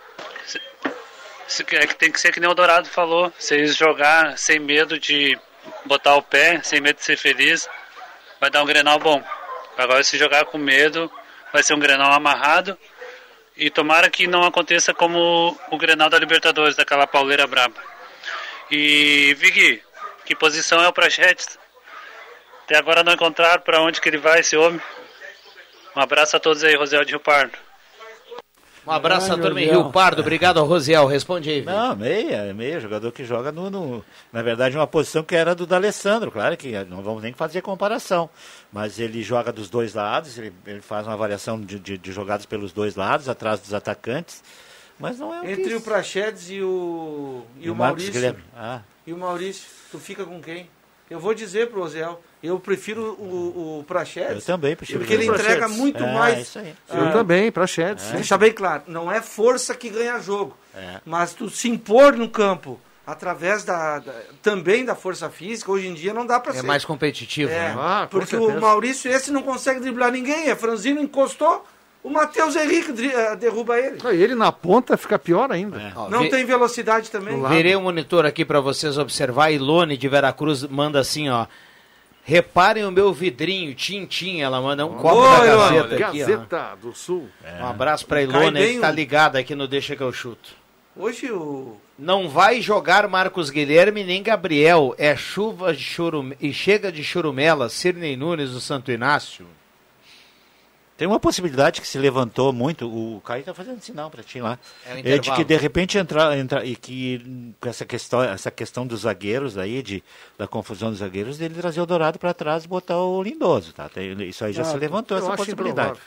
tem que ser que nem o Dourado falou, se eles jogar sem medo de botar o pé, sem medo de ser feliz, vai dar um Grenal bom. Agora, se jogar com medo, vai ser um Grenal amarrado, e tomara que não aconteça como o Grenal da Libertadores, daquela pauleira braba. E Vig, que posição é o Prachetes? Até agora não encontraram para onde que ele vai, esse homem. Um abraço a todos aí, Rosiel de Rio Pardo. Um abraço a turma em Rio Pardo, obrigado ao Rosiel, responde aí. Não, meia, jogador que joga na verdade, uma posição que era do D'Alessandro, claro que não vamos nem fazer comparação, mas ele joga dos dois lados, ele faz uma variação de jogadas pelos dois lados, atrás dos atacantes, mas não é Entre o Prachedes e o Maurício. E o Maurício, tu fica com quem? Eu vou dizer pro Rosiel, eu prefiro o Prachedes. Eu também prefiro. Porque ele entrega muito mais. Isso aí. Eu também, Prachedes. Deixa bem claro, não é força que ganha jogo. Mas tu se impor no campo através também da força física, hoje em dia não dá para ser. É mais competitivo, né? Porque o Maurício esse não consegue driblar ninguém, Franzino encostou, o Matheus Henrique derruba ele. E ele na ponta fica pior ainda. Não tem velocidade também. Virei um monitor aqui para vocês observar. Ilone de Veracruz manda assim, ó. Reparem o meu vidrinho, Tintim, ela manda um copo da Gazeta aqui, Gazeta do Sul. Um abraço para Ilone, que tá ligada aqui no Deixa Que Eu Chuto. Hoje Não vai jogar Marcos Guilherme nem Gabriel, é chuva de e chega de churumela, Sirnei Nunes do Santo Inácio. Tem uma possibilidade que se levantou muito, o Caio está fazendo sinal para ti lá, de que de repente entrar e que com essa questão dos zagueiros aí, da confusão dos zagueiros, dele trazer o Dourado para trás e botar o Lindoso, tá? Isso aí já se levantou, essa possibilidade.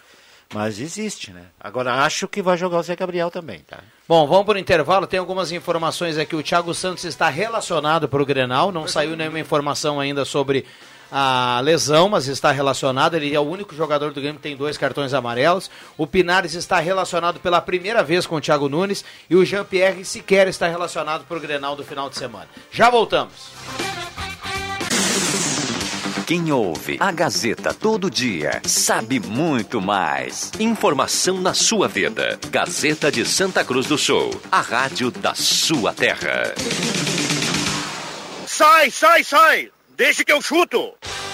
Mas existe, né? Agora acho que vai jogar o Zé Gabriel também, tá? Bom, vamos para o intervalo, tem algumas informações aqui. O Thiago Santos está relacionado para o Grenal, não saiu nenhuma informação ainda sobre a lesão, mas está relacionado. Ele é o único jogador do Grêmio que tem 2 cartões amarelos. O Pinares está relacionado pela primeira vez com o Thiago Nunes e o Jean-Pierre sequer está relacionado para o Grenal do final de semana. Já voltamos. Quem ouve a Gazeta todo dia sabe muito mais. Informação na sua vida. Gazeta de Santa Cruz do Sul, a rádio da sua terra. Sai, sai, sai! Deixa que eu chuto!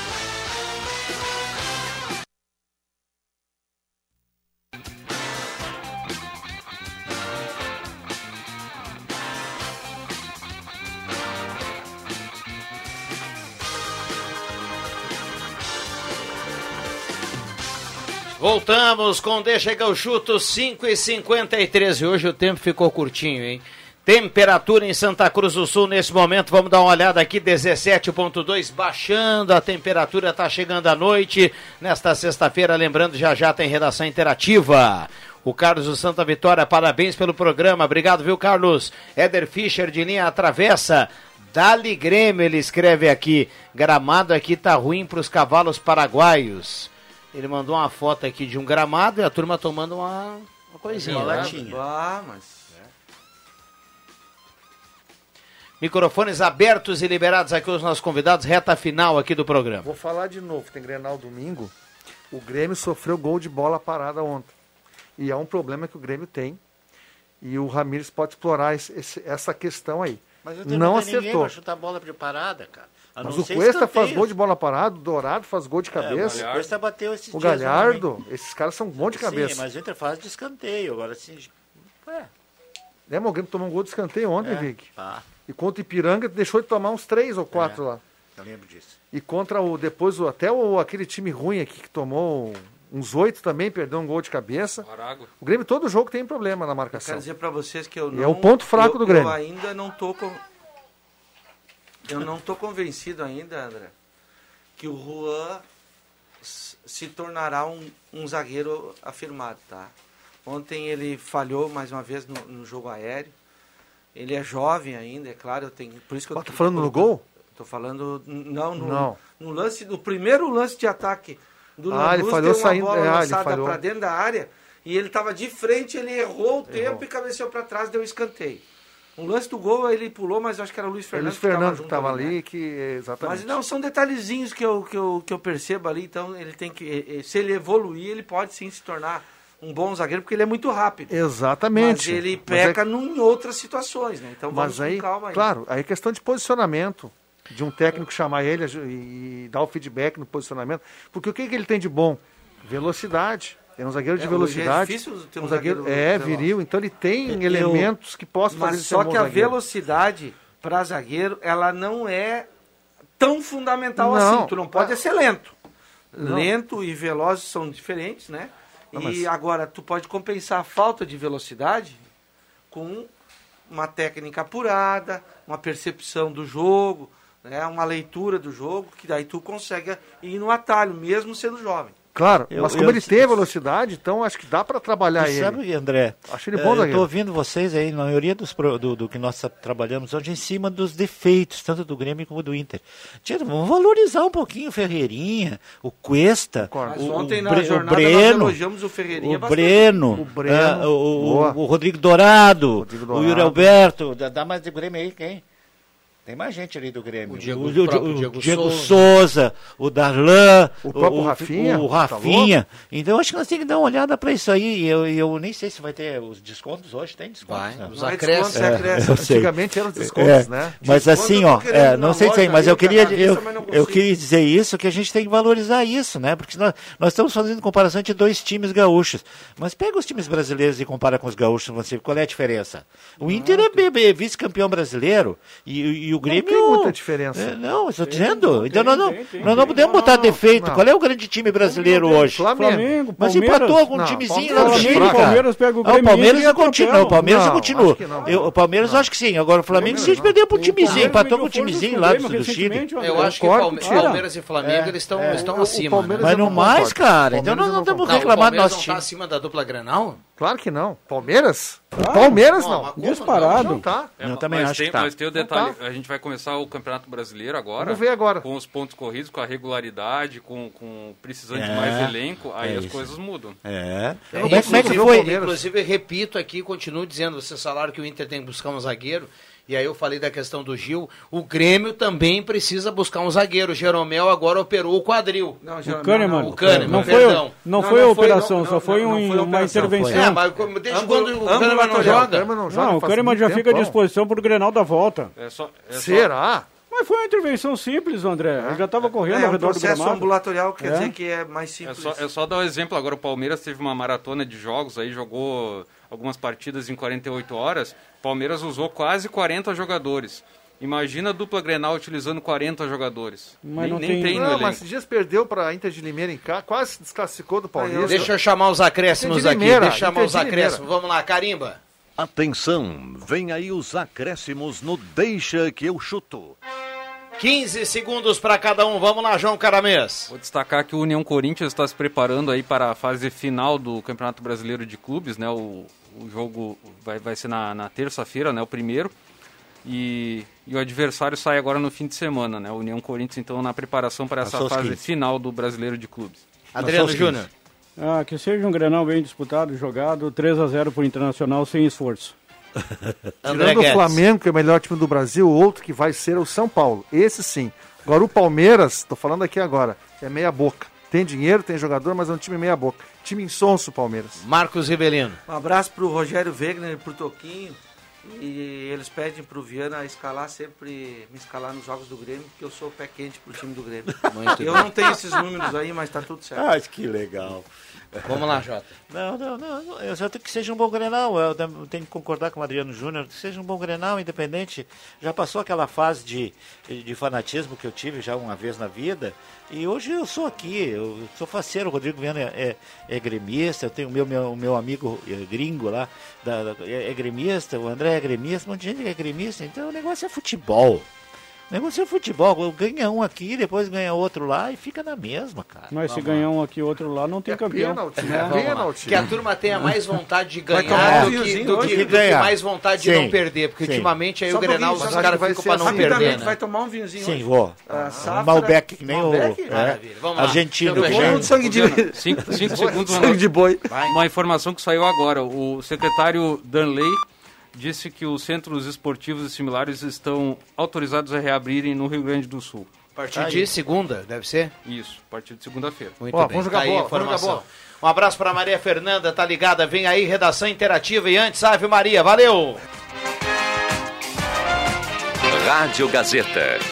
Voltamos com Deixa que eu chuto, 5h53. E hoje o tempo ficou curtinho, hein? Temperatura em Santa Cruz do Sul nesse momento, vamos dar uma olhada aqui, 17.2, baixando, a temperatura está chegando à noite, nesta sexta-feira, lembrando, já tem redação interativa. O Carlos do Santa Vitória, parabéns pelo programa, obrigado, viu, Carlos? Éder Fischer de linha atravessa, Dali Grêmio, ele escreve aqui, gramado aqui tá ruim para os cavalos paraguaios. Ele mandou uma foto aqui de um gramado e a turma tomando uma coisinha. Uma latinha. Microfones abertos e liberados aqui os nossos convidados, reta final aqui do programa. Vou falar de novo, tem Grenal domingo. O Grêmio sofreu gol de bola parada ontem. E é um problema que o Grêmio tem. E o Ramires pode explorar essa questão aí. Mas não acertou. Ninguém vai chutar bola de parada, cara. Mas o Cuesta faz gol de bola parada, o Dourado faz gol de cabeça. O Cuesta bateu esses dias. O Galhardo, esses caras são bons de cabeça. Sim, mas o Inter faz de escanteio. Agora sim. Mas o Grêmio tomou um gol de escanteio ontem, Vic. E contra o Ipiranga deixou de tomar uns 3 ou 4 lá. Eu lembro disso. E contra aquele time ruim aqui que tomou uns 8 também, perdeu um gol de cabeça. Arago. O Grêmio todo jogo tem problema na marcação. Eu quero dizer para vocês que eu não... É o ponto fraco do Grêmio. Eu ainda não tô Eu não tô convencido ainda, André, que o Juan se tornará um zagueiro afirmado, tá? Ontem ele falhou mais uma vez no jogo aéreo. Ele é jovem ainda, é claro, por isso que eu tô falando no gol? Tô falando no lance, no primeiro lance de ataque do Lanús, ele falhou saindo, bola lançada para dentro da área e ele estava de frente, ele errou o tempo e cabeceou para trás, deu escanteio. O lance do gol ele pulou, mas eu acho que era o Luiz Fernando. Luiz Fernando que estava ali, exatamente. Mas não, são detalhezinhos que eu percebo ali, então ele tem que, se ele evoluir, ele pode sim se tornar um bom zagueiro, porque ele é muito rápido. Exatamente. Mas ele peca em outras situações, né? Então vamos com calma aí. Claro, aí é questão de posicionamento, de um técnico chamar ele e dar o feedback no posicionamento, porque o que ele tem de bom? Velocidade. É um zagueiro de velocidade. É difícil ter um zagueiro viril, então ele tem elementos que possam fazer isso. Mas só que a velocidade para zagueiro, ela não é tão fundamental assim. Tu não pode ser lento. Lento e veloz são diferentes, né? Agora, tu pode compensar a falta de velocidade com uma técnica apurada, uma percepção do jogo, né? Uma leitura do jogo, que daí tu consegue ir no atalho, mesmo sendo jovem. Claro, mas como ele tem a velocidade, então acho que dá para trabalhar ele. Sabe, André, acho ele bom, eu estou ouvindo vocês aí, na maioria do que nós trabalhamos hoje, em cima dos defeitos, tanto do Grêmio como do Inter. Vamos valorizar um pouquinho o Ferreirinha, o Cuesta, o Breno, nós elogiamos o Ferreirinha o Rodrigo Dourado, o Yuri Alberto, dá mais de Grêmio aí, quem? Tem mais gente ali do Grêmio. O Diego Souza, o Darlan, o próprio Rafinha. O Rafinha. Tá, então acho que nós temos que dar uma olhada para isso aí. Eu nem sei se vai ter os descontos hoje. Tem descontos? Vai. Os acréscimos. Antigamente eram os descontos, né? Mas assim, não sei se mas eu queria dizer isso, que a gente tem que valorizar isso, né? Porque nós estamos fazendo comparação de 2 times gaúchos. Mas pega os times brasileiros e compara com os gaúchos, qual é a diferença? O Inter é vice-campeão brasileiro e o Grêmio... Não tem muita diferença. Não, eu estou dizendo. Então nós não podemos botar defeito. Qual é o grande time brasileiro hoje? Flamengo, Mas Palmeiras. empatou com um timezinho lá do Chile, O Palmeiras pega o Grêmio. O Palmeiras e continua. O Palmeiras continua. O Palmeiras eu acho que sim. Agora o Flamengo sim perdeu para um timezinho. Empatou com um timezinho lá do Chile. Eu acho que Palmeiras e Flamengo eles estão acima. Mas não mais, cara. Então nós não estamos reclamando do nosso time. Não tá acima da dupla Grenal? Claro que não. Palmeiras? Palmeiras não. Disparado. Não tá. Eu também acho que tá. Mas tem o detalhe, a gente vai começar o Campeonato Brasileiro agora. Vamos ver agora. Com os pontos corridos, com a regularidade, com precisando de mais elenco, aí as coisas mudam. Como é que foi? Inclusive, repito aqui, continuo dizendo, vocês falaram que o Inter tem que buscar um zagueiro. E aí eu falei da questão do Gil. O Grêmio também precisa buscar um zagueiro. O Jeromel agora operou o quadril. Não, o Kahneman. O Kahneman, perdão. Não foi a operação, só foi uma intervenção. Mas desde quando o Kahneman não joga? Não, o Kahneman já fica à disposição para o Grenal da volta. Será? Mas foi uma intervenção simples, André. Ele já estava correndo ao redor do gramado. É um processo ambulatorial, quer dizer que é mais simples. É só dar um exemplo. Agora o Palmeiras teve uma maratona de jogos, aí jogou algumas partidas em 48 horas. O Palmeiras usou quase 40 jogadores. Imagina a dupla Grenal utilizando 40 jogadores. Mas nem tem no elenco. Mas esses dias perdeu para a Inter de Limeira em cá, quase desclassificou do Paulista. Deixa eu chamar os acréscimos aqui. Deixa eu chamar os acréscimos. Vamos lá, carimba. Atenção, vem aí os acréscimos no Deixa que eu chuto. 15 segundos para cada um. Vamos lá, João Caramês. Vou destacar que o União Corinthians está se preparando aí para a fase final do Campeonato Brasileiro de Clubes, né? O jogo vai ser na terça-feira, né? O primeiro. E o adversário sai agora no fim de semana, né? O União Corinthians, então, na preparação para essa fase final do Brasileiro de Clubes. Adriano Júnior. Que seja um Grenal bem disputado, jogado, 3-0 para o Internacional sem esforço. Tirando o Flamengo, que é o melhor time do Brasil, o outro que vai ser o São Paulo. Esse sim. Agora o Palmeiras, estou falando aqui agora, é meia boca. Tem dinheiro, tem jogador, mas é um time meia boca. Time insonso, Palmeiras. Marcos Rivelino. Um abraço pro Rogério Wegner e pro Toquinho. E eles pedem pro Viana me escalar nos jogos do Grêmio, porque eu sou pé quente pro time do Grêmio. Eu não tenho esses números aí, mas tá tudo certo. Que legal. Vamos lá, Jota. Não. Eu só tenho que seja um bom Grenal. Eu tenho que concordar com o Adriano Júnior. Que seja um bom Grenal, independente. Já passou aquela fase de fanatismo que eu tive já uma vez na vida. E hoje eu sou aqui. Eu sou faceiro. O Rodrigo Viana é gremista. Eu tenho o meu amigo gringo lá. É gremista. O André é gremista. Um monte de gente é gremista. Então o negócio é futebol. O negócio é futebol, ganha um aqui, depois ganha outro lá e fica na mesma, cara. Mas se ganhar um aqui e outro lá, não tem campeão. Que a turma tenha mais vontade de ganhar do que mais vontade de não perder, porque ultimamente aí o Grenal os caras ficam pra não perder, né? Vai tomar um vinhozinho. Sim, vou. Malbec, que nem o argentino. Sangue de 5 segundos. Sangue de boi. Uma informação que saiu agora. O secretário Danley disse que os centros esportivos e similares estão autorizados a reabrirem no Rio Grande do Sul. A partir de segunda, deve ser? Isso, a partir de segunda-feira. Muito bem, vamos jogar bola, informação. Um abraço para Maria Fernanda, tá ligada? Vem aí, redação interativa e antes, Ave Maria, valeu! Rádio Gazeta.